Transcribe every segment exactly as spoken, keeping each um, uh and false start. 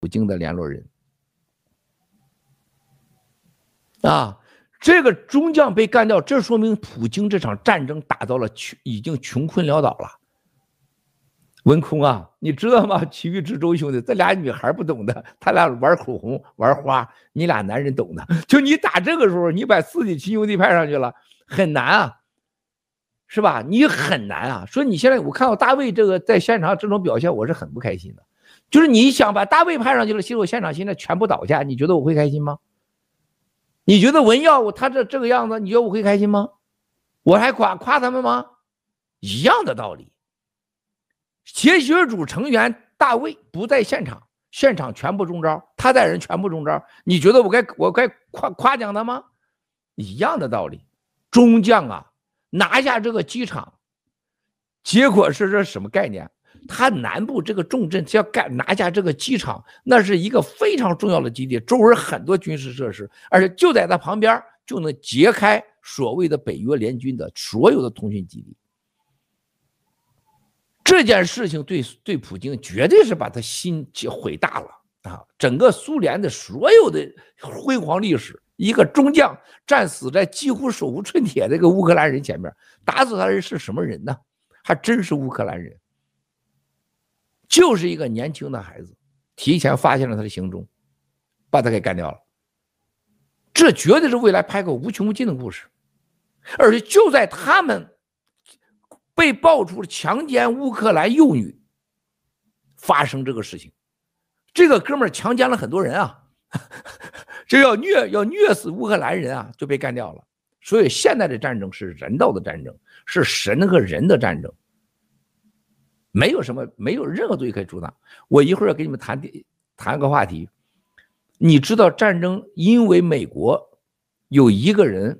普京的联络人啊。这个中将被干掉，这说明普京这场战争打到了已经穷困潦倒了。文空啊，你知道吗？齐豫之周兄弟，这俩女孩不懂的，他俩玩口红玩花，你俩男人懂的。就你打这个时候，你把自己亲兄弟派上去了，很难啊，是吧？你很难啊。说你现在我看到大卫这个在现场这种表现，我是很不开心的。就是你想把大卫派上去了，结果现场现在全部倒下，你觉得我会开心吗？你觉得文耀他这这个样子，你觉得我会开心吗？我还夸夸他们吗？一样的道理。协学组成员大卫不在现场，现场全部中招，他带人全部中招，你觉得我该我该夸夸奖他吗？一样的道理。中将啊，拿下这个机场，结果是这什么概念？他南部这个重镇要干拿下这个机场，那是一个非常重要的基地，周围很多军事设施，而且就在他旁边就能截开所谓的北约联军的所有的通讯基地。这件事情对对普京绝对是把他心毁大了啊！整个苏联的所有的辉煌历史，一个中将战死在几乎手无寸铁的一个乌克兰人前面，打死他人是什么人呢？还真是乌克兰人，就是一个年轻的孩子，提前发现了他的行踪，把他给干掉了。这绝对是未来拍个无穷无尽的故事，而且就在他们被爆出强奸乌克兰幼女发生这个事情，这个哥们儿强奸了很多人啊，这要虐要虐死乌克兰人啊，就被干掉了。所以现在的战争是人道的战争，是神和人的战争，没有什么没有任何东西可以阻挡。我一会儿要给你们谈谈个话题，你知道战争因为美国有一个人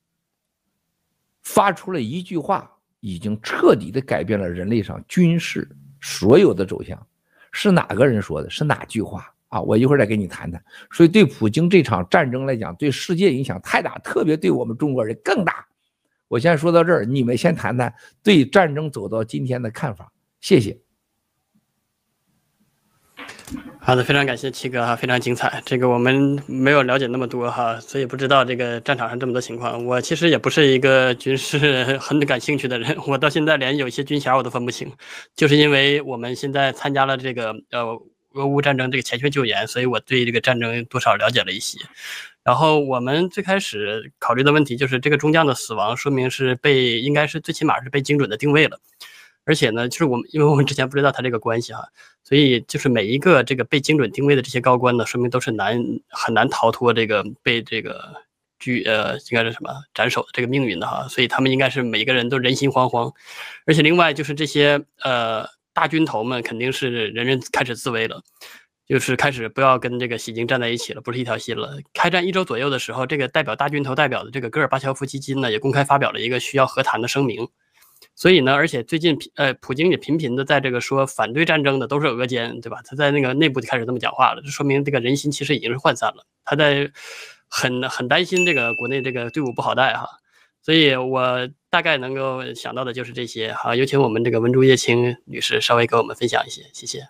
发出了一句话，已经彻底的改变了人类上军事所有的走向，是哪个人说的？是哪句话啊？我一会儿再给你谈谈。所以对普京这场战争来讲，对世界影响太大，特别对我们中国人更大。我现在说到这儿，你们先谈谈对战争走到今天的看法。谢谢。 好的，非常感谢七哥哈，非常精彩。这个我们没有了解那么多哈，所以不知道这个战场上这么多情况。我其实也不是一个军事很感兴趣的人，我到现在连有一些军衔我都分不清，就是因为我们现在参加了这个呃俄乌战争这个前线救援，所以我对这个战争多少了解了一些。然后我们最开始考虑的问题就是这个中将的死亡，说明是被应该是最起码是被精准的定位了。而且呢，就是我们因为我们之前不知道他这个关系哈，所以就是每一个这个被精准定位的这些高官呢，说明都是难很难逃脱这个被这个拘呃应该是什么斩首的这个命运的哈，所以他们应该是每一个人都人心惶惶。而且另外就是这些呃大军头们肯定是人人开始自危了，就是开始不要跟这个喜京站在一起了，不是一条心了。开战一周左右的时候，这个代表大军头代表的这个戈尔巴乔夫基金呢，也公开发表了一个需要和谈的声明。所以呢，而且最近呃，普京也频频的在这个说反对战争的都是俄奸，对吧？他在那个内部就开始这么讲话了，这说明这个人心其实已经是涣散了。他在很很担心这个国内这个队伍不好带哈。所以我大概能够想到的就是这些哈。有请我们这个文竹叶青女士稍微给我们分享一些，谢谢。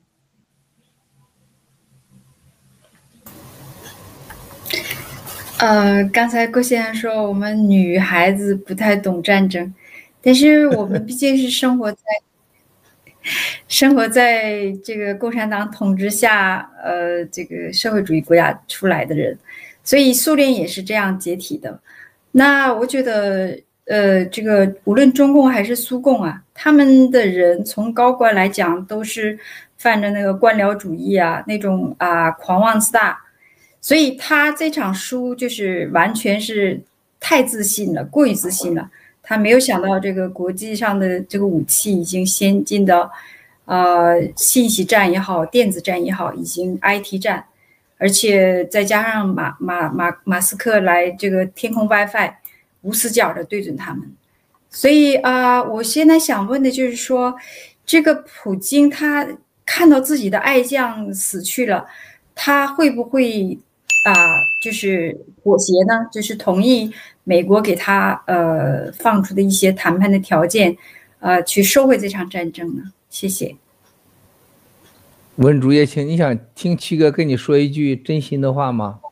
呃，刚才郭先生说我们女孩子不太懂战争，但是我们毕竟是生活在生活在这个共产党统治下，呃，这个社会主义国家出来的人，所以苏联也是这样解体的。那我觉得，呃，这个无论中共还是苏共啊，他们的人从高官来讲都是犯着那个官僚主义啊，那种啊狂妄自大。所以他这场输就是完全是太自信了，过于自信了。他没有想到这个国际上的这个武器已经先进到，呃，信息战也好，电子战也好，已经 I T 战，而且再加上马马马马斯克来这个天空 WiFi， 无死角的对准他们。所以啊、呃，我现在想问的就是说，这个普京他看到自己的爱将死去了，他会不会？啊、呃，就是妥协呢，就是同意美国给他呃放出的一些谈判的条件，呃，去收回这场战争呢？谢谢。 文竹叶青，你想听七哥跟你说一句真心的话吗？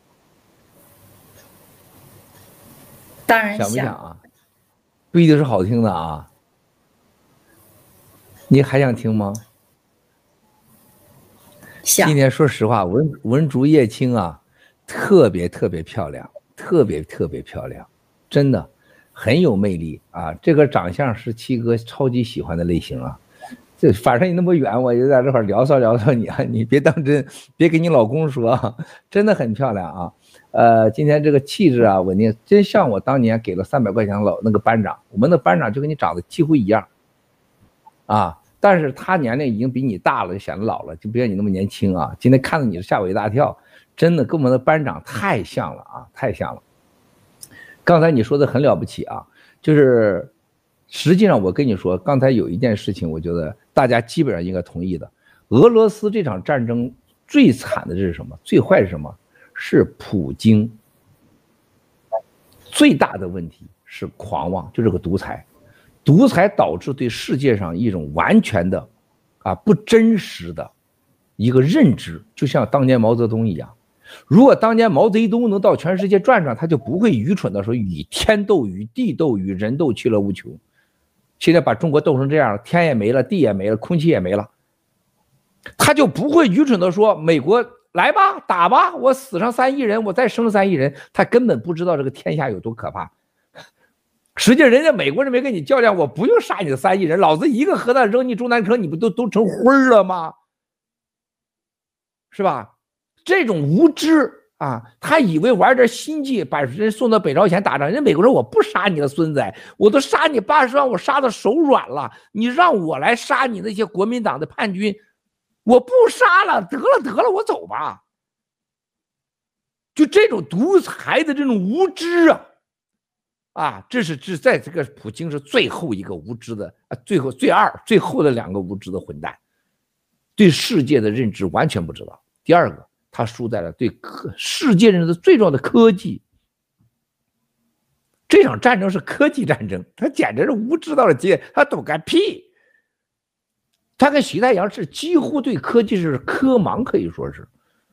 当然想不想啊？不一定是好听的啊。你还想听吗？ 想。 今天说实话，文文竹叶青啊，特别特别漂亮，特别特别漂亮，真的很有魅力啊！这个长相是七哥超级喜欢的类型啊。这反正你那么远，我就在这块聊骚聊骚你啊，你别当真，别给你老公说啊，真的很漂亮啊。呃，今天这个气质啊，稳定，真像我当年给了三百块钱老那个班长，我们的班长就跟你长得几乎一样啊。但是他年龄已经比你大了，就显得老了，就不像你那么年轻啊。今天看到你是吓我一大跳，真的跟我们的班长太像了啊，太像了。刚才你说的很了不起啊，就是实际上我跟你说，刚才有一件事情，我觉得大家基本上应该同意的。俄罗斯这场战争最惨的是什么？最坏是什么？是普京。最大的问题是狂妄，就这个独裁。独裁导致对世界上一种完全的啊不真实的一个认知，就像当年毛泽东一样。如果当年毛泽东能到全世界转转，他就不会愚蠢的说与天斗与地斗与人斗其乐无穷。现在把中国斗成这样，天也没了，地也没了，空气也没了，他就不会愚蠢的说美国来吧，打吧，我死上三亿人，我再生三亿人。他根本不知道这个天下有多可怕。实际上人家美国人没跟你较量，我不用杀你的三亿人，老子一个核弹扔你中南城，你不都都成灰了吗？是吧？这种无知啊，他以为玩点心计，把人送到北朝鲜打仗。人美国人我不杀你的孙子，我都杀你八十万，我杀的手软了，你让我来杀你那些国民党的叛军，我不杀了，得了得了，我走吧。就这种独裁的这种无知啊！啊，这是这在这个普京是最后一个无知的啊，最后最二最后的两个无知的混蛋，对世界的认知完全不知道。第二个，他输在了对科世界人的最重要的科技。这场战争是科技战争，他简直是无知到了极点，他懂个屁。他跟徐太阳是几乎对科技是科盲，可以说是。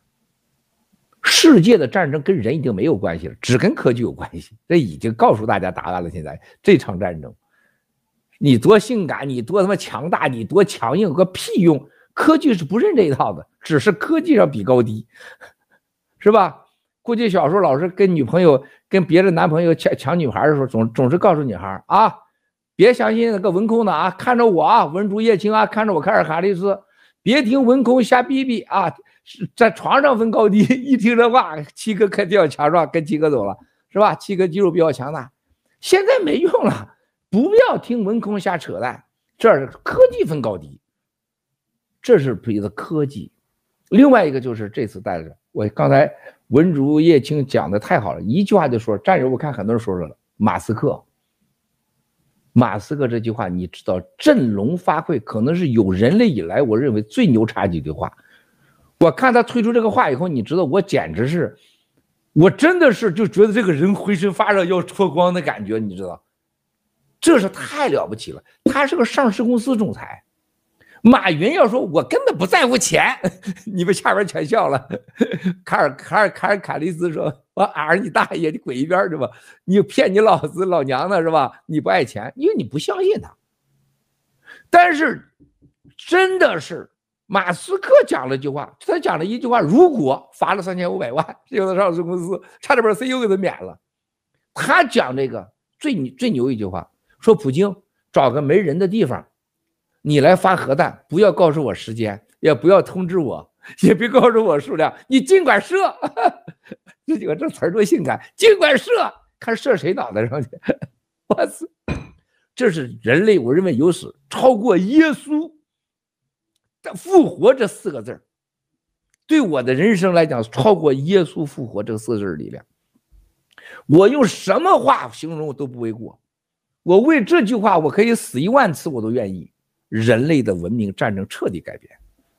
世界的战争跟人已经没有关系了，只跟科技有关系。这已经告诉大家答案了。现在这场战争，你多性感，你多他妈强大，你多强硬，个屁用！科技是不认这一套的，只是科技上比高低，是吧？过去小时候老是跟女朋友、跟别的男朋友抢抢女孩的时候，总总是告诉女孩啊，别相信那个文空的啊，看着我啊，文竹叶青啊，看着我凯尔卡利斯，别听文空瞎逼逼啊。在床上分高低，一听这话，七哥可比较强壮，跟七哥走了，是吧？七哥肌肉比较强大，现在没用了，不要听文空瞎扯淡，这是科技分高低，这是比的科技。另外一个就是这次带着我刚才文竹叶青讲的太好了，一句话就说，战友我看很多人说说了，马斯克，马斯克这句话你知道，振聋发聩，可能是有人类以来我认为最牛叉几句话。我看他推出这个话以后，你知道我简直是，我真的是就觉得这个人浑身发热要脱光的感觉，你知道，这是太了不起了。他是个上市公司总裁，马云要说我根本不在乎钱，你们下边全笑了。卡尔卡尔卡尔卡利斯说：“我儿你大爷，你滚一边去吧！你骗你老子老娘的是吧？你不爱钱，因为你不相信他。但是真的是。”马斯克讲了一句话，他讲了一句话，如果罚了三千五百万，这个上市公司差点把 C E O 给他免了。他讲这个最最牛一句话，说普京找个没人的地方，你来发核弹，不要告诉我时间，也不要通知我，也别告诉我数量，你尽管射。这几个这词儿多性感，尽管射，看射谁脑袋上去。我操，这是人类，我认为有史超过耶稣。复活这四个字对我的人生来讲，超过耶稣复活这四个字力量。我用什么话形容都不为过。我为这句话，我可以死一万次，我都愿意。人类的文明战争彻底改变。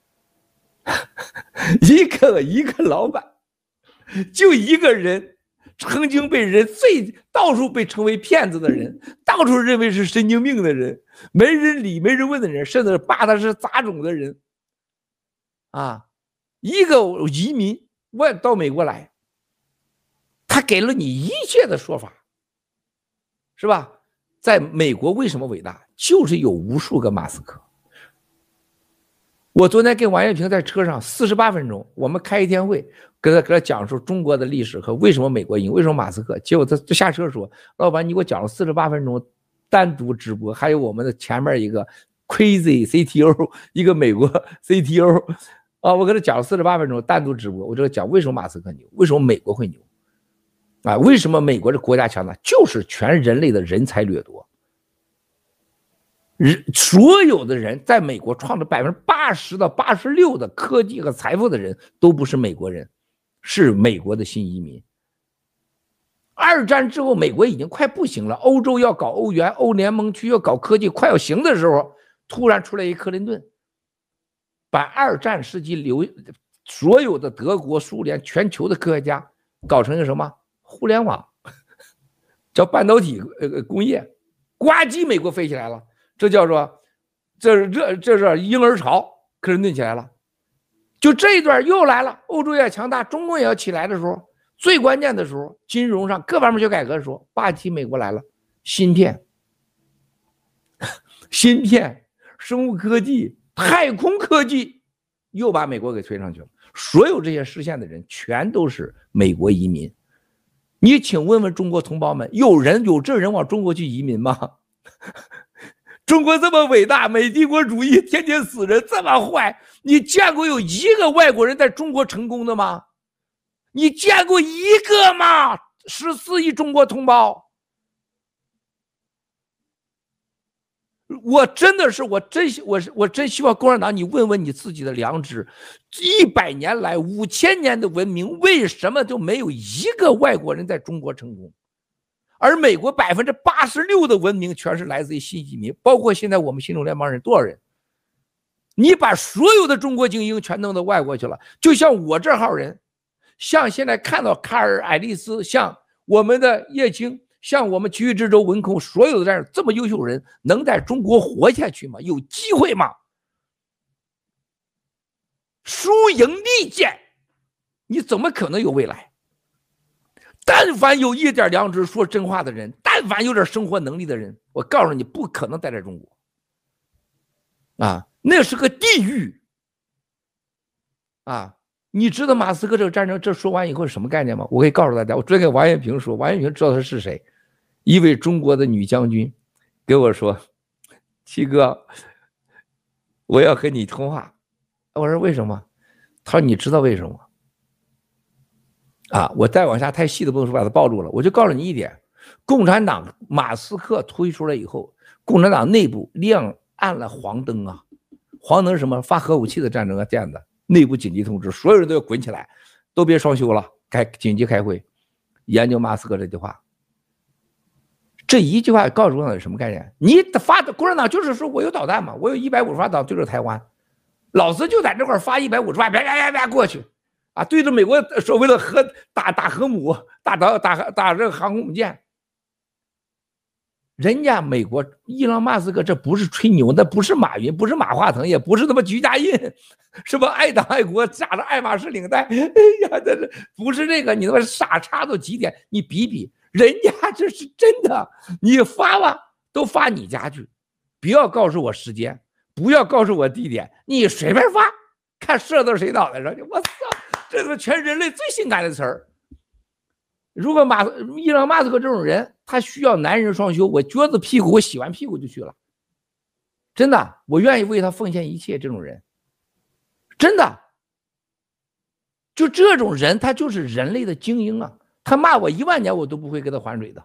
一个一个老板，就一个人，曾经被人最到处被称为骗子的人，到处认为是神经病的人，没人理没人问的人，甚至扒他是杂种的人， 啊，一个移民外到美国来，他给了你一切的说法，是吧？在美国为什么伟大？就是有无数个马斯克。我昨天跟王艳平在车上四十八分钟，我们开一天会，跟他给他讲述中国的历史和为什么美国赢，为什么马斯克。结果他就下车说：“老板，你给我讲了四十八分钟单独直播，还有我们的前面一个 crazy C T O， 一个美国 C T O 啊，我给他讲了四十八分钟单独直播，我就讲为什么马斯克牛，为什么美国会牛啊？为什么美国的国家强大，就是全人类的人才掠夺。”人所有的人在美国创造百分之八十到八十六的科技和财富的人都不是美国人，是美国的新移民。二战之后，美国已经快不行了，欧洲要搞欧元，欧联盟区要搞科技，快要行的时候，突然出来一克林顿，把二战时期留所有的德国、苏联、全球的科学家搞成一个什么互联网，叫半导体呃工业，呱唧，美国飞起来了。这叫做，这这这是婴儿潮，克林顿起来了，就这一段又来了，欧洲也强大，中国也要起来的时候，最关键的时候，金融上各方面去改革的时候，霸气美国来了，芯片、芯片、生物科技、太空科技，又把美国给推上去了。所有这些实现的人，全都是美国移民。你请问问中国同胞们，有人有这人往中国去移民吗？中国这么伟大，美帝国主义天天死人，这么坏，你见过有一个外国人在中国成功的吗？你见过一个吗？十四亿中国同胞，我真的是，我真我我真希望共产党，你问问你自己的良知，一百年来五千年的文明，为什么就没有一个外国人在中国成功？而美国百分之八十六的文明全是来自于新移民，包括现在我们新中联邦人多少人？你把所有的中国精英全弄到外国去了，就像我这号人，像现在看到卡尔、爱丽丝，像我们的叶青，像我们奇遇之州文控，所有的这样这么优秀人，能在中国活下去吗？有机会吗？输赢利剑，你怎么可能有未来？但凡有一点良知、说真话的人，但凡有点生活能力的人，我告诉你，不可能待在中国啊，那是个地狱啊！你知道马斯克这个战争，这说完以后是什么概念吗？我可以告诉大家，我昨天跟王艳平说，王艳平知道他是谁，一位中国的女将军，给我说：“七哥，我要和你通话。”我说：“为什么？”他说：“你知道为什么？”啊，我再往下太细的不能说，把它暴露了。我就告诉你一点，共产党马斯克推出来以后，共产党内部亮暗了黄灯啊！黄灯是什么？发核武器的战争啊，这样的内部紧急通知，所有人都要滚起来，都别双休了，开紧急开会，研究马斯克这句话。这一句话告诉共产党有什么概念？你发共产党就是说我有导弹嘛，我有一百五十发导对着台湾，老子就在这块发一百五十发，啪啪啪啪过去。啊，对着美国说为了核打打核武，打打打打这个航空母舰，人家美国伊朗马斯克这不是吹牛，那不是马云，不是马化腾，也不是他妈居家印，什么爱党爱国，扎着爱马仕领带，哎呀，这这不是这个，你他妈傻叉到极点，你比比，人家这是真的，你发吧都发你家去，不要告诉我时间，不要告诉我地点，你随便发，看射到谁脑袋上去，我操！这是全人类最性感的词儿。如果马伊朗马斯克这种人，他需要男人双休，我撅子屁股，我洗完屁股就去了。真的，我愿意为他奉献一切。这种人，真的，就这种人，他就是人类的精英啊！他骂我一万年，我都不会给他还嘴的。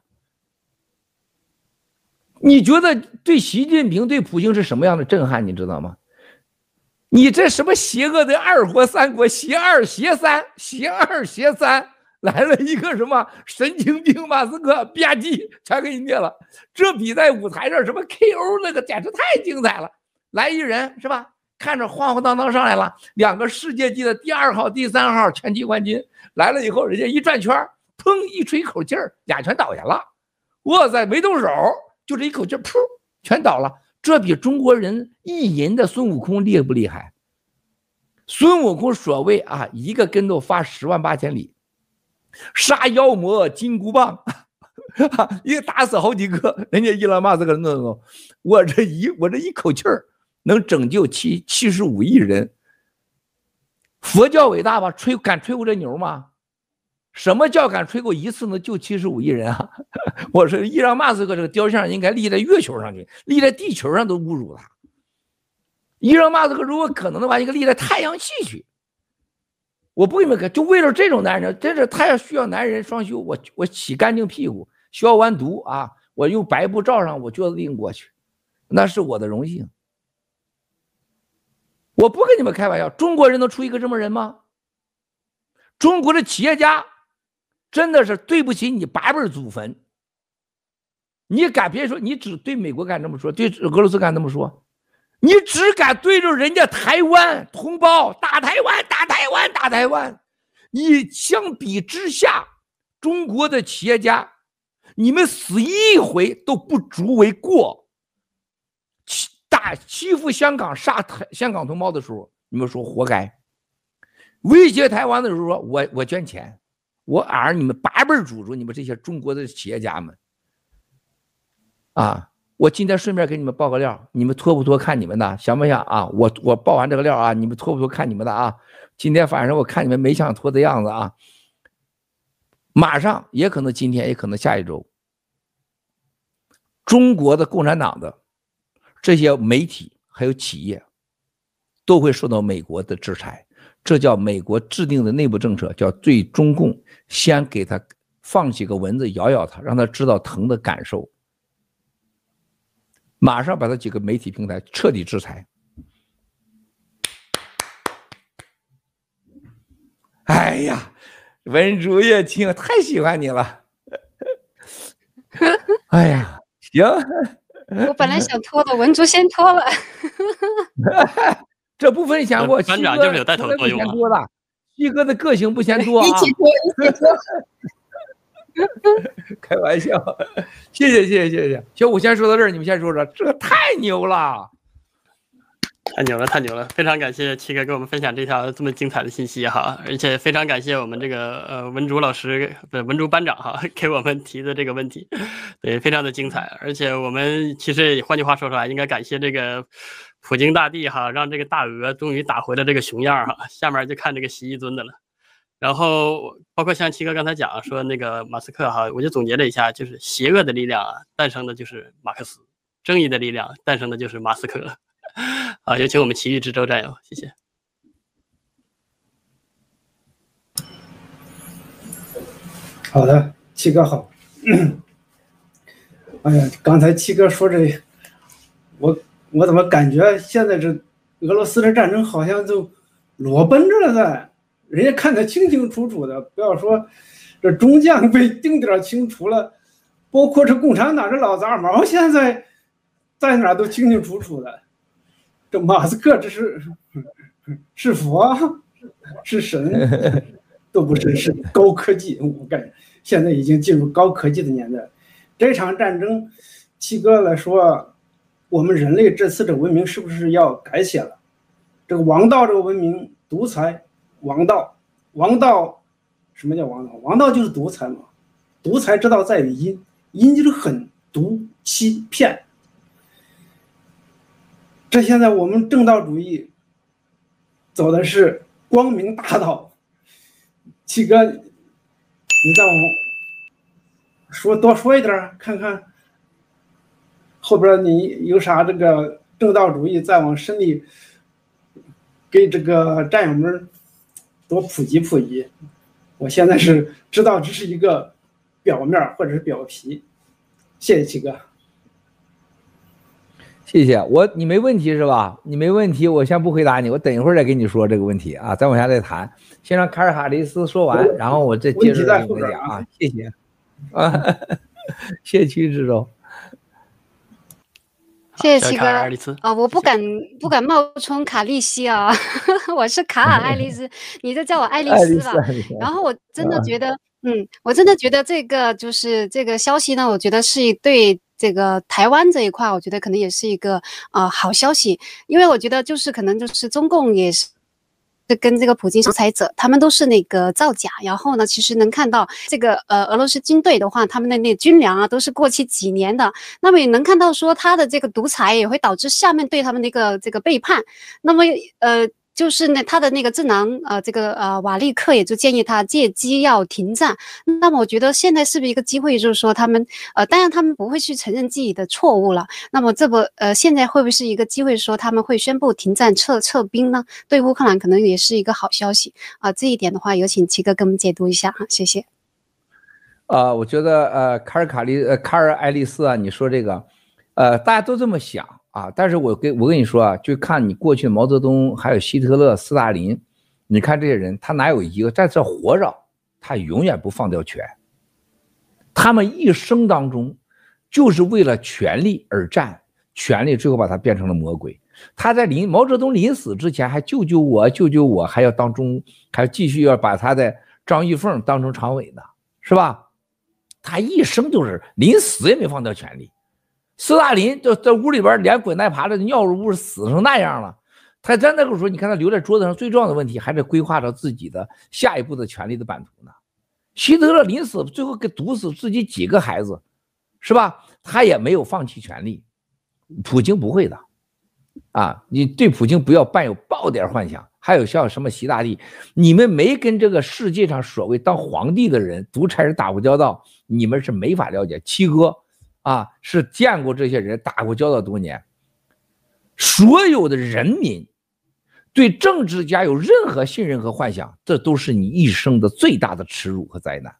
你觉得对习近平、对普京是什么样的震撼？你知道吗？你这什么邪恶的二国三国，邪二邪三，邪二邪三，来了一个什么神经病马斯克，吧唧全给你灭了。这比在舞台上什么 K O 那个简直太精彩了。来一人是吧？看着晃晃荡荡上来了，两个世界级的第二号、第三号拳击冠军来了以后，人家一转圈，砰一吹口气儿，俩全倒下了。哇塞，没动手，就这一口气，噗，全倒了。这比中国人意淫的孙悟空厉不厉害？ 孙悟空所谓啊，一个跟头发十万八千里，杀妖魔金箍棒，一个打死好几个。人家伊朗马斯克弄弄，我这一我这一口气儿能拯救七七十五亿人。佛教伟大吧？吹敢吹过这牛吗？什么教敢吹过一次能救七十五亿人啊？我说伊朗马斯克这个雕像应该立在月球上去，立在地球上都侮辱他。伊朗马斯克如果可能的话，应该立在太阳系去。我不给你们看，就为了这种男人，真是他要需要男人双修，我我洗干净屁股，消完毒啊，我用白布罩上，我就拎过去，那是我的荣幸。我不跟你们开玩笑，中国人能出一个这么人吗？中国的企业家真的是对不起你八辈祖坟。你敢别说，你只对美国敢这么说，对俄罗斯敢这么说，你只敢对着人家台湾同胞打台湾打台湾打台湾。你相比之下，中国的企业家，你们死一回都不足为过。打欺负香港杀台香港同胞的时候，你们说活该。威胁台湾的时候说，我我捐钱，我耳你们八辈祖宗，你们这些中国的企业家们啊！我今天顺便给你们报个料，你们脱不脱看你们的，想不想啊？我我报完这个料啊，你们脱不脱看你们的啊？今天反正我看你们没想脱的样子啊，马上也可能今天，也可能下一周，中国的共产党的这些媒体还有企业都会受到美国的制裁，这叫美国制定的内部政策，叫对中共先给他放几个蚊子咬咬他，让他知道疼的感受，马上把他几个媒体平台彻底制裁。哎呀，文竹叶青太喜欢你了。哎呀，行。 我本来想脱的，文竹先脱了。 这部分想过， 班长就是有带头作用啊。西哥的个性不嫌多啊。 一起脱，一起脱。 开玩笑，谢谢谢谢谢谢。小五先说到这儿，你们先说说，这个太牛了。 太牛了，太牛了！非常感谢七哥给我们分享这条这么精彩的信息哈，而且非常感谢我们这个呃文竹老师，不是文竹班长哈，给我们提的这个问题，对，非常的精彩。而且我们其实换句话说出来，应该感谢这个普京大帝哈，让这个大鹅终于打回了这个熊样哈，下面就看这个习一尊的了。然后包括像七哥刚才讲说那个马斯克哈，我就总结了一下，就是邪恶的力量啊，诞生的就是马克思；正义的力量诞生的就是马斯克。啊，有请我们奇遇之舟战友，谢谢。 好的，七哥好。哎呀，刚才七哥说这，我我怎么感觉现在这俄罗斯的战争好像就裸奔着了在，人家看得清清楚楚的，不要说这中将被定点清除了，包括这共产党这老杂毛现在在哪都清清楚楚的。这马斯克这是是佛是神都不是，是高科技。我感觉现在已经进入高科技的年代。这场战争，七哥来说，我们人类这次的文明是不是要改写了？这个王道这个文明，独裁王道，王道什么叫王道？王道就是独裁嘛。独裁之道在于阴，阴就是狠毒欺骗。这现在我们正道主义走的是光明大道。七哥，你再往说多说一点，看看后边你有啥这个正道主义，再往深里给这个战友们多普及普及。我现在是知道这是一个表面或者是表皮。谢谢七哥。 谢谢我，你没问题是吧？你没问题，我先不回答你，我等一会儿再跟你说这个问题啊，再往下再谈。先让卡尔哈雷斯说完，然后我再接着跟你讲啊。谢谢啊，谢谢曲之舟， 谢谢七哥啊、哦！我不敢不敢冒充卡利西啊，我是卡尔爱丽丝，你就叫我爱丽丝吧。然后我真的觉得，嗯，我真的觉得这个就是这个消息呢，我觉得是对这个台湾这一块，我觉得可能也是一个啊、呃、好消息，因为我觉得就是可能就是中共也是跟这个普京独裁者，他们都是那个造假。然后呢，其实能看到这个呃俄罗斯军队的话，他们的那个军粮啊都是过期几年的。那么也能看到说他的这个独裁也会导致下面对他们的一个这个背叛。那么呃。就是呢，他的那个智囊呃，这个呃瓦利克也就建议他借机要停战。那么我觉得现在是不是一个机会，就是说他们呃，当然他们不会去承认自己的错误了。那么这不呃，现在会不会是一个机会，说他们会宣布停战撤撤兵呢？对乌克兰可能也是一个好消息啊、呃。这一点的话，有请齐哥给我们解读一下哈，谢谢。 啊、呃，我觉得呃，卡尔卡利呃卡尔爱丽丝啊，你说这个，呃，大家都这么想。啊，但是我跟我跟你说啊，就看你过去毛泽东还有希特勒、斯大林，你看这些人，他哪有一个在这活着，他永远不放掉权。他们一生当中就是为了权力而战，权力最后把他变成了魔鬼。他在临毛泽东临死之前还救救我，救救我，还要当中，还继续要把他的张玉凤当成常委呢，是吧？他一生就是临死也没放掉权力。斯大林就在屋里边连滚带爬的尿入屋死成那样了，他在那个时候，你看他留在桌子上最重要的问题还是规划着自己的下一步的权力的版图呢。希特勒临死最后给毒死自己几个孩子，是吧？他也没有放弃权力。普京不会的啊，你对普京不要抱有抱点幻想。还有像什么习大帝，你们没跟这个世界上所谓当皇帝的人、独裁人打过交道，你们是没法了解。七哥啊，是见过这些人打过交道多年。所有的人民对政治家有任何信任和幻想，这都是你一生的最大的耻辱和灾难。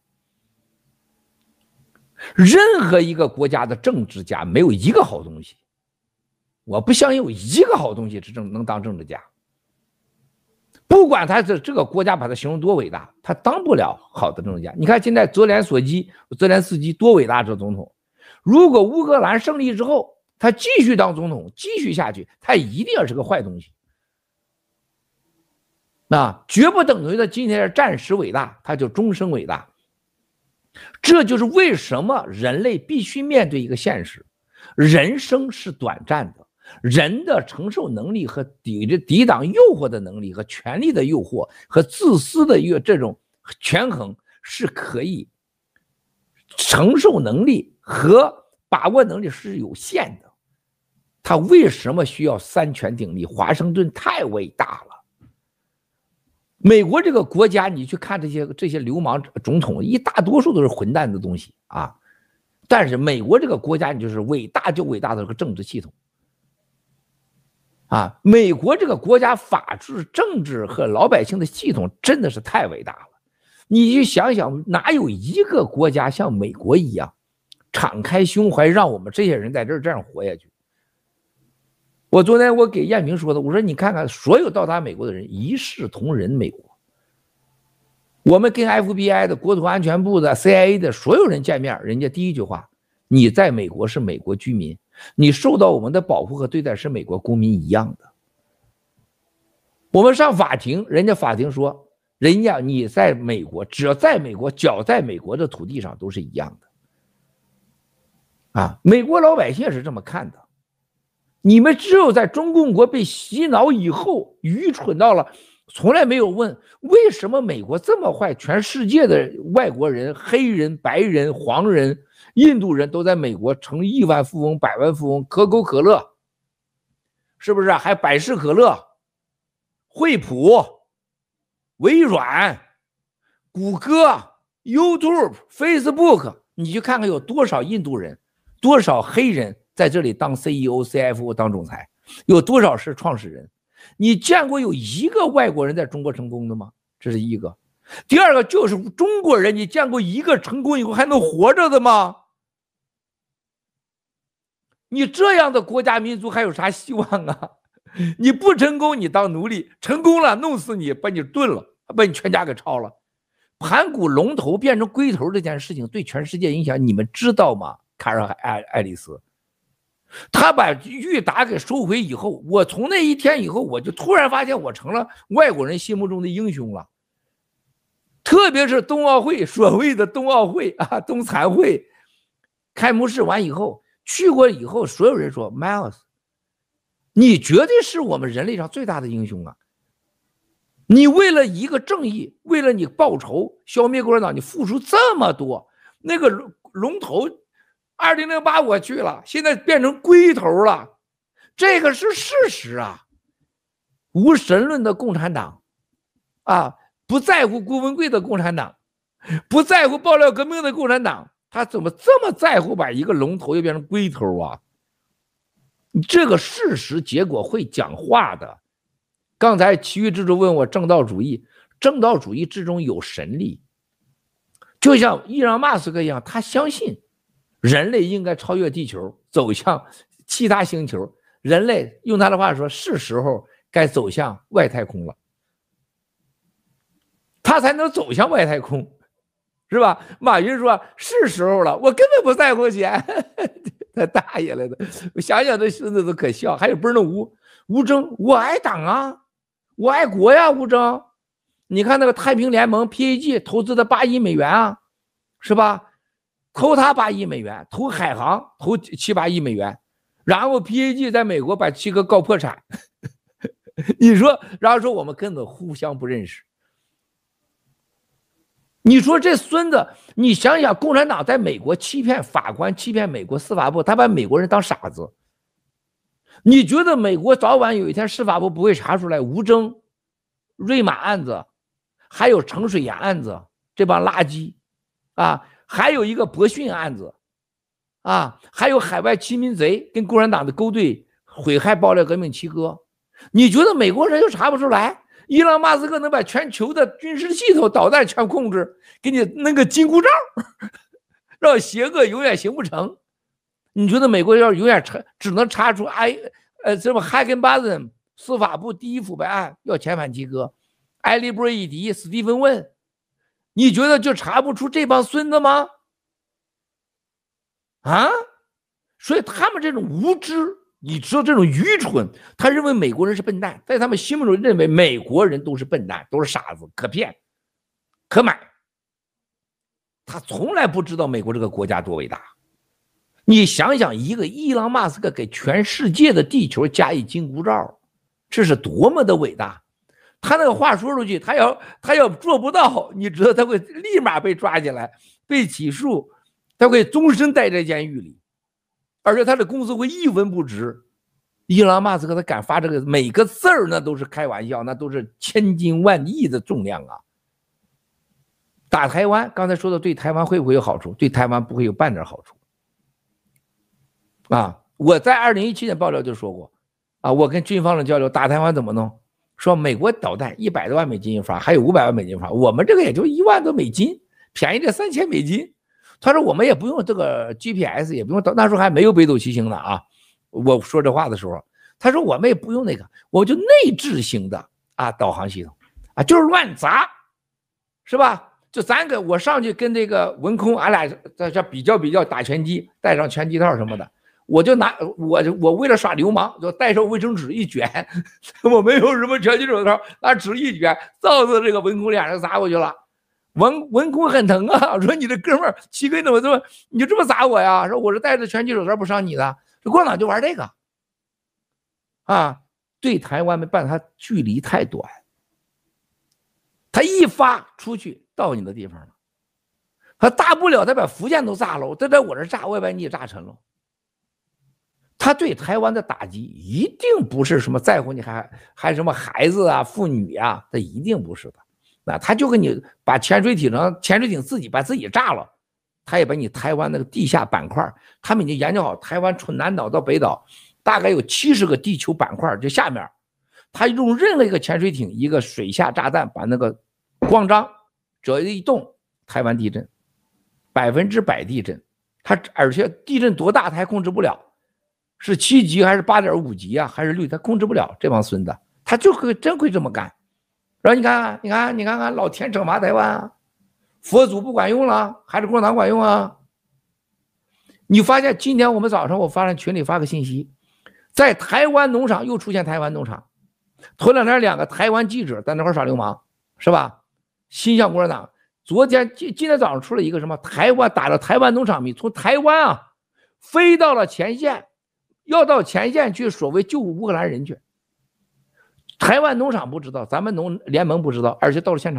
任何一个国家的政治家没有一个好东西，我不相信有一个好东西是正能当政治家。不管他这这个国家把他形容多伟大，他当不了好的政治家。你看现在泽连索基、泽连斯基多伟大，这总统。如果乌克兰胜利之后，他继续当总统，继续下去，他一定要是个坏东西。那绝不等于他今天是暂时伟大，他就终生伟大。这就是为什么人类必须面对一个现实：人生是短暂的，人的承受能力和抵着抵挡诱惑的能力和权力的诱惑和自私的一个这种权衡是可以承受能力和把握能力是有限的。他为什么需要三权鼎立？华盛顿太伟大了。美国这个国家，你去看这些这些流氓总统，一大多数都是混蛋的东西啊。但是美国这个国家，你就是伟大就伟大的这个政治系统啊。美国这个国家法治、政治和老百姓的系统真的是太伟大了。你去想想，哪有一个国家像美国一样敞开胸怀，让我们这些人在这儿这样活下去？我昨天我给燕平说的，我说你看看所有到达美国的人一视同仁。美国，我们跟 F B I 的、国土安全部的、C I A 的所有人见面，人家第一句话：你在美国是美国居民，你受到我们的保护和对待是美国公民一样的。我们上法庭，人家法庭说，人家你在美国，只要在美国，脚在美国的土地上都是一样的。啊，美国老百姓是这么看的。你们只有在中共国被洗脑以后，愚蠢到了从来没有问为什么美国这么坏，全世界的外国人、黑人、白人、黄人、印度人都在美国成亿万富翁、百万富翁，可口可乐是不是？还百事可乐、惠普、微软、谷歌、YouTube、Facebook， 你去看看有多少印度人，多少黑人在这里当 C E O、C F O 当总裁，有多少是创始人？你见过有一个外国人在中国成功的吗？这是一个。第二个就是中国人，你见过一个成功以后还能活着的吗？你这样的国家民族还有啥希望啊？你不成功你当奴隶，成功了弄死你，把你炖了，把你全家给抄了。盘古龙头变成龟头这件事情对全世界影响你们知道吗？卡尔爱爱丽丝他把裕达给收回以后，我从那一天以后，我就突然发现我成了外国人心目中的英雄了。特别是冬奥会，所谓的冬奥会啊，冬残会开幕式完以后，去过以后，所有人说 Miles， 你绝对是我们人类上最大的英雄啊！ 你为了一个正义，为了你报仇，消灭共产党，你付出这么多。那个龙头，二零零八我去了，现在变成龟头了，这个是事实啊。无神论的共产党，啊，不在乎郭文贵的共产党，不在乎爆料革命的共产党，他怎么这么在乎把一个龙头又变成龟头啊？这个事实结果会讲话的。刚才奇遇之中问我正道主义，正道主义之中有神力，就像伊朗马斯克一样，他相信人类应该超越地球，走向其他星球。人类用他的话说，是时候该走向外太空了，他才能走向外太空，是吧？马云说是时候了，我根本不在乎钱，他大爷了的！我想想这孙子都可笑。还有不是那吴吴征，我爱党啊，我爱国呀，吴征。你看那个太平联盟 P A G 投资的八亿美元啊，是吧？投他八亿美元，投海航投七八亿美元，然后 P A G 在美国把七哥告破产。你说，然后说我们根本互相不认识。你说这孙子，你想想，共产党在美国欺骗法官，欺骗美国司法部，他把美国人当傻子。你觉得美国早晚有一天司法部不会查出来吴征、瑞玛案子，还有程水岩案子这帮垃圾啊，还有一个博讯案子啊，还有海外欺民贼跟共产党的勾兑，毁害爆料革命七哥。你觉得美国人就查不出来？伊朗马斯克能把全球的军事系统导弹全控制，给你那个紧箍咒，让邪恶永远行不成。你觉得美国要永远查，只能查出埃呃什么哈根巴森司法部第一腐败案要遣返七哥，埃利布瑞伊迪、史蒂芬问，你觉得就查不出这帮孙子吗？啊，所以他们这种无知。你知道这种愚蠢，他认为美国人是笨蛋，在他们心目中认为美国人都是笨蛋，都是傻子，可骗可买。他从来不知道美国这个国家多伟大。你想想，一个伊朗马斯克给全世界的地球加以紧箍咒，这是多么的伟大。他那个话说出去，他要他要做不到，你知道他会立马被抓起来，被起诉，他会终身待在监狱里。而且他的公司会一文不值。伊朗马斯克他敢发这个，每个字儿那都是开玩笑，那都是千斤万亿的重量啊！打台湾，刚才说的对台湾会不会有好处？对台湾不会有半点好处。啊，我在二零一七年爆料就说过，啊，我跟军方的交流，打台湾怎么弄？说美国导弹一百多万美金一发，还有五百万美金一发，我们这个也就一万多美金，便宜这三千美金。他说我们也不用这个 G P S， 也不用到那时候还没有北斗七星呢啊！我说这话的时候，他说我们也不用那个，我就内置型的啊导航系统啊，就是乱砸，是吧？就咱个我上去跟这个文空，俺俩在这比较比较打拳击，带上拳击套什么的，我就拿我我为了耍流氓，就带上卫生纸一卷，我没有什么拳击手套，拿纸一卷，照着这个文空脸上砸过去了。文文空很疼啊，说你这哥们儿七哥怎么这么你就这么砸我呀？说我是带着拳击手套不伤你的，这共产党就玩这个啊，对台湾没办法，他距离太短，他一发出去到你的地方了，他大不了他把福建都炸了，他在我这炸，我也把你炸沉了。他对台湾的打击一定不是什么在乎你还还什么孩子啊妇女啊，他一定不是的。那他就跟你把潜水艇上潜水艇自己把自己炸了，他也把你台湾那个地下板块，他们已经研究好，台湾从南岛到北岛大概有七十个地球板块，这下面他用任何一个潜水艇一个水下炸弹把那个光章只要一动，台湾地震，百分之百地震，他而且地震多大他还控制不了，是七级还是八点五级啊，还是六，他控制不了。这帮孙子他就会真会这么干。然后你看，你看，你看看，老天惩罚台湾啊，佛祖不管用了，还是共产党管用啊？你发现今天我们早上我发现群里发个信息，在台湾农场又出现台湾农场，头两天两个台湾记者在那块耍流氓，是吧？心向共产党。昨天今今天早上出了一个什么台湾打了台湾农场迷，从台湾啊飞到了前线，要到前线去所谓救乌克兰人去。 台湾农场不知道，咱们农联盟不知道，而且到了现场。